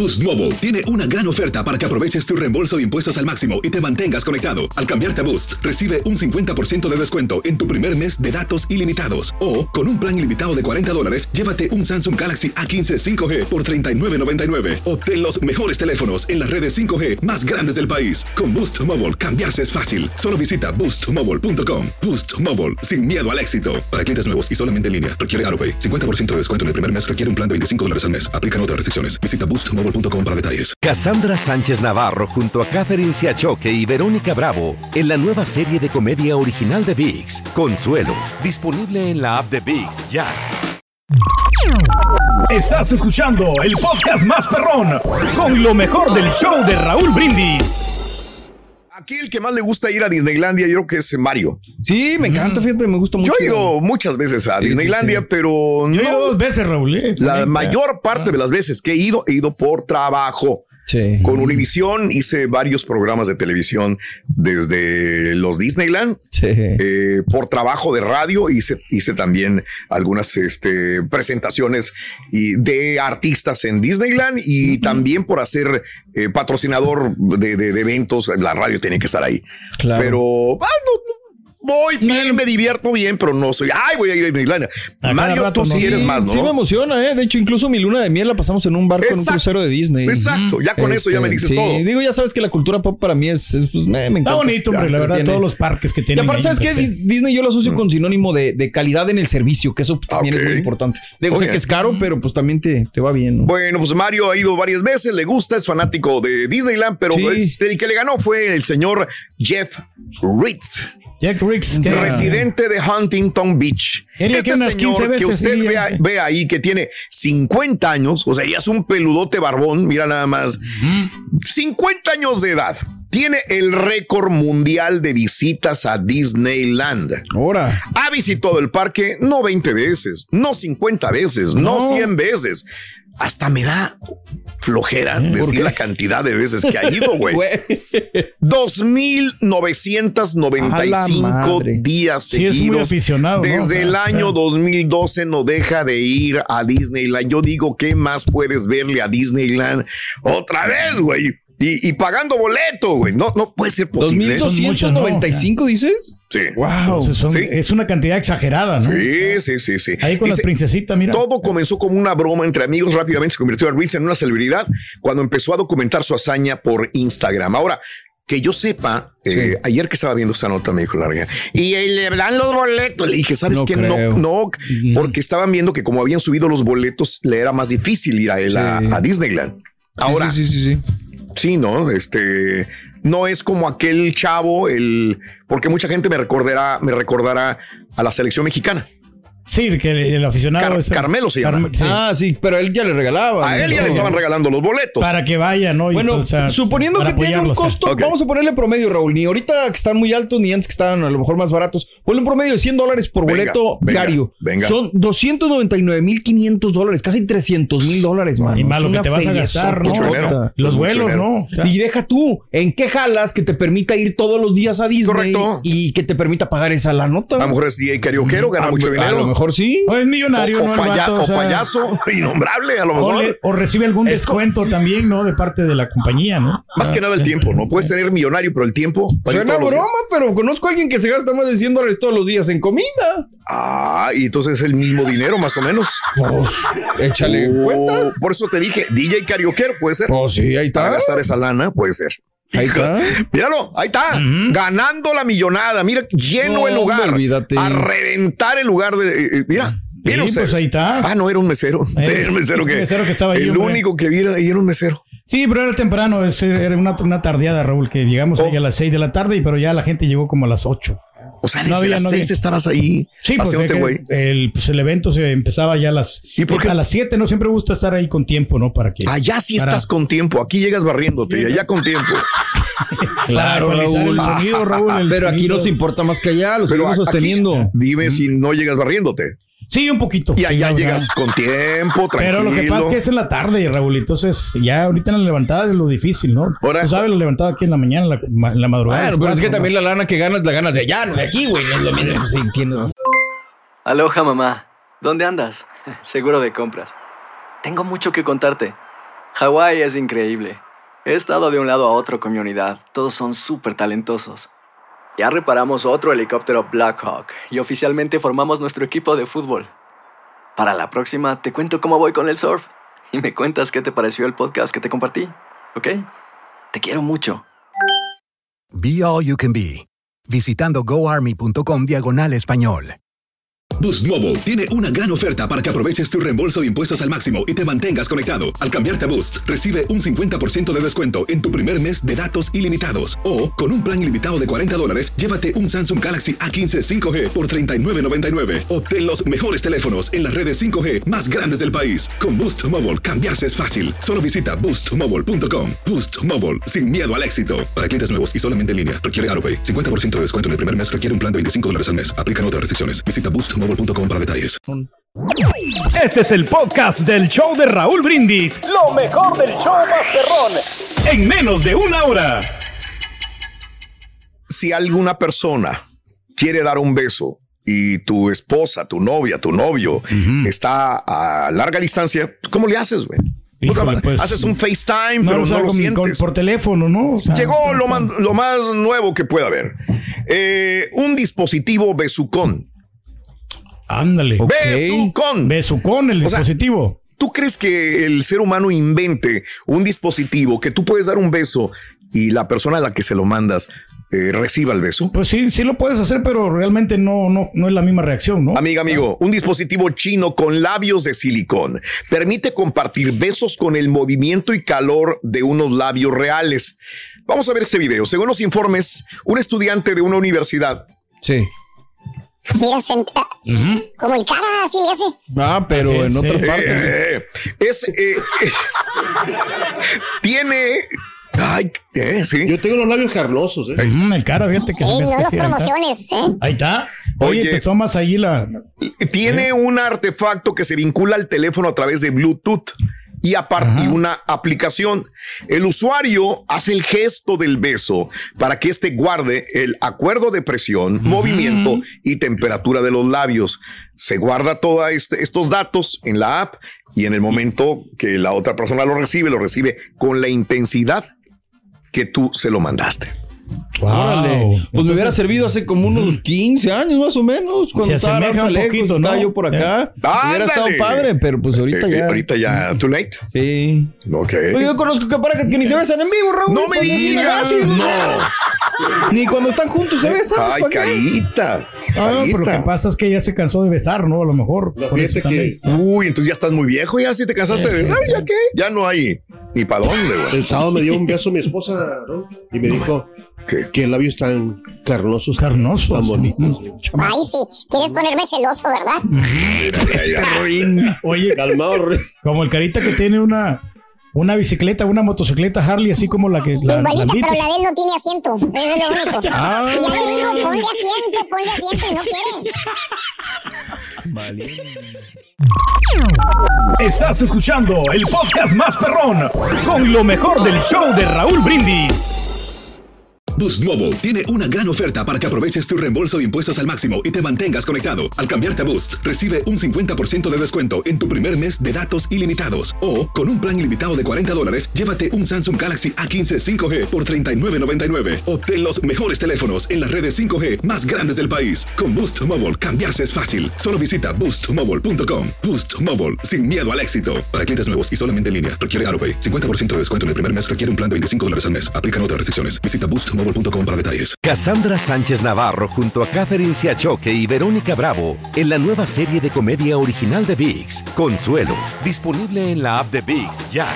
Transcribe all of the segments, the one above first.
Boost Mobile tiene una gran oferta para que aproveches tu reembolso de impuestos al máximo y te mantengas conectado. Al cambiarte a Boost, recibe un 50% de descuento en tu primer mes de datos ilimitados. O, con un plan ilimitado de $40, llévate un Samsung Galaxy A15 5G por $39.99. Obtén los mejores teléfonos en las redes 5G más grandes del país. Con Boost Mobile, cambiarse es fácil. Solo visita boostmobile.com. Boost Mobile, sin miedo al éxito. Para clientes nuevos y solamente en línea, requiere AroPay. 50% de descuento en el primer mes requiere un plan de $25 al mes. Aplican otras restricciones. Visita boostmobile.com para detalles. Cassandra Sánchez Navarro junto a Catherine Siachoque y Verónica Bravo en la nueva serie de comedia original de ViX, Consuelo, disponible en la app de ViX ya. Estás escuchando el podcast más perrón con lo mejor del show de Raúl Brindis. Aquí el que más le gusta ir a Disneylandia, yo creo que es Mario. Sí, me encanta, fíjate, me gusta mucho. Yo he ido muchas veces a Disneylandia, pero no. Yo he ido 2 veces, Raúl. La mayor parte de las veces que he ido por trabajo. Sí. Con Univisión hice varios programas de televisión desde los Disneyland. Sí. Por trabajo de radio hice también algunas presentaciones de artistas en Disneyland y también por hacer patrocinador de eventos. La radio tiene que estar ahí. Claro. Pero voy bien, me divierto bien, pero no soy, voy a ir a Disneylandia. Mario, tú sí eres más, ¿no? Sí me emociona, De hecho, incluso mi luna de miel la pasamos en un barco en un crucero de Disney. Exacto, ya con eso ya me dices todo. Digo, ya sabes que la cultura pop para mí es pues, me encanta. Está bonito, hombre, la verdad, todos los parques que tienen. Y aparte, ¿sabes qué? Disney yo lo asocio con sinónimo de calidad en el servicio, que eso también es muy importante. Digo, sé que es caro, pero pues también te va bien, ¿no? Bueno, pues Mario ha ido varias veces, le gusta, es fanático de Disneyland, pero el que le ganó fue el señor Jeff Ritz. Jack Riggs, residente de Huntington Beach. Este señor que usted ve ahí, que tiene 50 años, o sea, ya es un peludote barbón, mira nada más. 50 años de edad. Tiene el récord mundial de visitas a Disneyland. Ahora. Ha visitado el parque no 20 veces, no 50 veces, no 100 veces. Hasta me da flojera decir la cantidad de veces que ha ido, güey. 2,995 días seguidos. Sí, es muy aficionado. Desde el año 2012 no deja de ir a Disneyland. Yo digo, ¿qué más puedes verle a Disneyland otra vez, güey? Y pagando boleto, güey. No puede ser posible. 2,295, ¿dices? Sí. Wow. Es una cantidad exagerada, ¿no? Sí. Ahí con las princesitas, mira. Todo comenzó como una broma entre amigos. Rápidamente se convirtió a Reese en una celebridad cuando empezó a documentar su hazaña por Instagram. Ahora, que yo sepa, ayer que estaba viendo esta nota me dijo Larga, y le dan los boletos. Le dije, ¿sabes qué? No, porque estaban viendo que como habían subido los boletos, le era más difícil ir a él a Disneyland. Ahora, sí, ¿no? No es como aquel chavo, porque mucha gente me recordará a la selección mexicana. Sí, que el aficionado Carmelo se llama. Sí, pero a él ya le regalaba. A él ya le estaban regalando los boletos. Para que vaya, ¿no? Bueno, suponiendo que tiene un costo, vamos a ponerle promedio, Raúl. Ni ahorita que están muy altos, ni antes que estaban a lo mejor más baratos. Ponle un promedio de $100 por boleto diario. Son $299,500, casi $300,000, man. Y malo que te vas a gastar, ¿no? Los vuelos, ¿no? Y deja tú, ¿en qué jalas que te permita ir todos los días a Disney? Correcto. Y que te permita pagar esa la nota. A lo mejor es DJ carioquero, gana mucho dinero. A lo mejor sí. O es millonario, ¿no? O payaso, innombrable, a lo mejor. O recibe algún descuento también, ¿no? De parte de la compañía, ¿no? Más que nada el tiempo, ¿no? Puedes tener millonario, pero el tiempo. Suena broma, pero conozco a alguien que se gasta más de $100 todos los días en comida. Y entonces es el mismo dinero, más o menos. Pues, échale cuentas. Por eso te dije, DJ carioquero, puede ser. Sí, ahí está. Para gastar esa lana, puede ser. Ahí está. Míralo, ahí está. Ganando la millonada. Mira, lleno el lugar. Olvídate. A reventar el lugar de. Mira. Pues ahí está. No, era un mesero. Era un mesero que estaba ahí. El único que vi ahí era un mesero. Sí, pero era temprano. Era una tardeada, Raúl, que llegamos ahí a las 6 de la tarde, pero ya la gente llegó como a las 8. O sea, desde las 6 estabas ahí. Sí, pues el evento se empezaba ya a las 7, ¿no? Siempre gusta estar ahí con tiempo, ¿no? Para que... Allá sí estás con tiempo. Aquí llegas barriéndote y allá con tiempo. Claro, Raúl. El sonido, Raúl. Pero aquí nos importa más que allá. Lo seguimos sosteniendo. Dime si no llegas barriéndote. Sí, un poquito. Y allá llegas con tiempo, tranquilo. Pero lo que pasa es que es en la tarde, Raúl. Entonces, ya ahorita en la levantada es lo difícil, ¿no? Tú sabes, la levantada aquí en la mañana, en la madrugada. Bueno, pero es que también la lana que ganas, la ganas de allá, no de aquí, güey. No es lo mismo. Sí, entiendo. Aloha, mamá. ¿Dónde andas? Seguro de compras. Tengo mucho que contarte. Hawái es increíble. He estado de un lado a otro con mi unidad. Todos son súper talentosos. Ya reparamos otro helicóptero Blackhawk y oficialmente formamos nuestro equipo de fútbol. Para la próxima te cuento cómo voy con el surf y me cuentas qué te pareció el podcast que te compartí, ¿ok? Te quiero mucho. Be All You Can Be, visitando goarmy.com/español. Boost Mobile tiene una gran oferta para que aproveches tu reembolso de impuestos al máximo y te mantengas conectado. Al cambiarte a Boost, recibe un 50% de descuento en tu primer mes de datos ilimitados. O, con un plan ilimitado de $40, llévate un Samsung Galaxy A15 5G por $39.99. Obtén los mejores teléfonos en las redes 5G más grandes del país. Con Boost Mobile, cambiarse es fácil. Solo visita boostmobile.com. Boost Mobile, sin miedo al éxito. Para clientes nuevos y solamente en línea, requiere AutoPay. 50% de descuento en el primer mes requiere un plan de $25 al mes. Aplican otras restricciones. Visita boostmobile.com para detalles. Este es el podcast del show de Raúl Brindis. Lo mejor del show Masterrón. En menos de una hora. Si alguna persona quiere dar un beso y tu esposa, tu novia, tu novio está a larga distancia, ¿cómo le haces, güey? Híjole, pues, haces un FaceTime, no, pero no lo sientes. Por teléfono, ¿no? O sea, llegó lo más nuevo que pueda haber. Un dispositivo besucón. Ándale. Okay. Besucón, el dispositivo. ¿Tú crees que el ser humano invente un dispositivo que tú puedes dar un beso y la persona a la que se lo mandas reciba el beso? Pues sí lo puedes hacer, pero realmente no es la misma reacción, ¿no? Amigo, un dispositivo chino con labios de silicón permite compartir besos con el movimiento y calor de unos labios reales. Vamos a ver este video. Según los informes, un estudiante de una universidad. Sí. Mira, como el cara, así le hace. Ah, pero en otras partes. Tiene... Ay, sí. Yo tengo los labios carnosos, el cara, fíjate que no los promociones, Ahí está. Oye, te tomas ahí Tiene un artefacto que se vincula al teléfono a través de Bluetooth. Y aparte una aplicación. El usuario hace el gesto del beso para que éste guarde el acuerdo de presión, movimiento y temperatura de los labios. Se guarda todos estos datos en la app y en el momento que la otra persona lo recibe con la intensidad que tú se lo mandaste. Órale. Pues me hubiera servido hace como unos 15 años más o menos. Cuando estaba lejos, estaba yo por acá. Hubiera estado padre, pero pues ahorita ya. Ahorita ya, too late. Sí. Ok. Oye, yo conozco parejas que ni se besan en vivo, Raúl. No me digas. No. Ni cuando están juntos se besan. Ay, Carita. Pero lo que pasa es que ya se cansó de besar, ¿no? A lo mejor. Por eso que... Uy, entonces ya estás muy viejo, ya si te cansaste de besar, ¿ya qué? Ya no hay ni para dónde, güey. El sábado me dio un beso mi esposa, ¿no? Y me dijo que labios tan carnosos. Tan bonitos. Ay, sí. Quieres ponerme celoso, ¿verdad? Oye, calmado. Como el Carita que tiene una bicicleta, una motocicleta Harley, así como la que... Igualita, pero la de él no tiene asiento. Eso es lo único. Y ya le digo, ponle asiento y no quiere. Vale. Estás escuchando el podcast más perrón con lo mejor del show de Raúl Brindis. Boost Mobile tiene una gran oferta para que aproveches tu reembolso de impuestos al máximo y te mantengas conectado. Al cambiarte a Boost, recibe un 50% de descuento en tu primer mes de datos ilimitados. O, con un plan ilimitado de $40, llévate un Samsung Galaxy A15 5G por $39.99. Obtén los mejores teléfonos en las redes 5G más grandes del país. Con Boost Mobile, cambiarse es fácil. Solo visita boostmobile.com. Boost Mobile, sin miedo al éxito. Para clientes nuevos y solamente en línea, requiere AutoPay. 50% de descuento en el primer mes requiere un plan de $25 al mes. Aplican otras restricciones. Visita boostmobile.com para detalles. Cassandra Sánchez Navarro junto a Catherine Siachoque y Verónica Bravo en la nueva serie de comedia original de ViX, Consuelo, disponible en la app de ViX ya.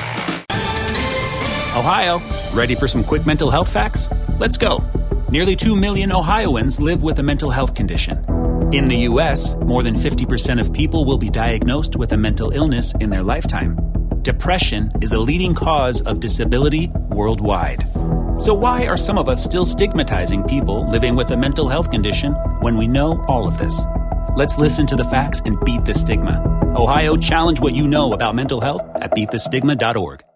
Ohio, ready for some quick mental health facts? Let's go. Nearly 2 million Ohioans live with a mental health condition. In the U.S., more than 50% of people will be diagnosed with a mental illness in their lifetime. Depression is a leading cause of disability worldwide. So why are some of us still stigmatizing people living with a mental health condition when we know all of this? Let's listen to the facts and beat the stigma. Ohio, challenge what you know about mental health at beatthestigma.org.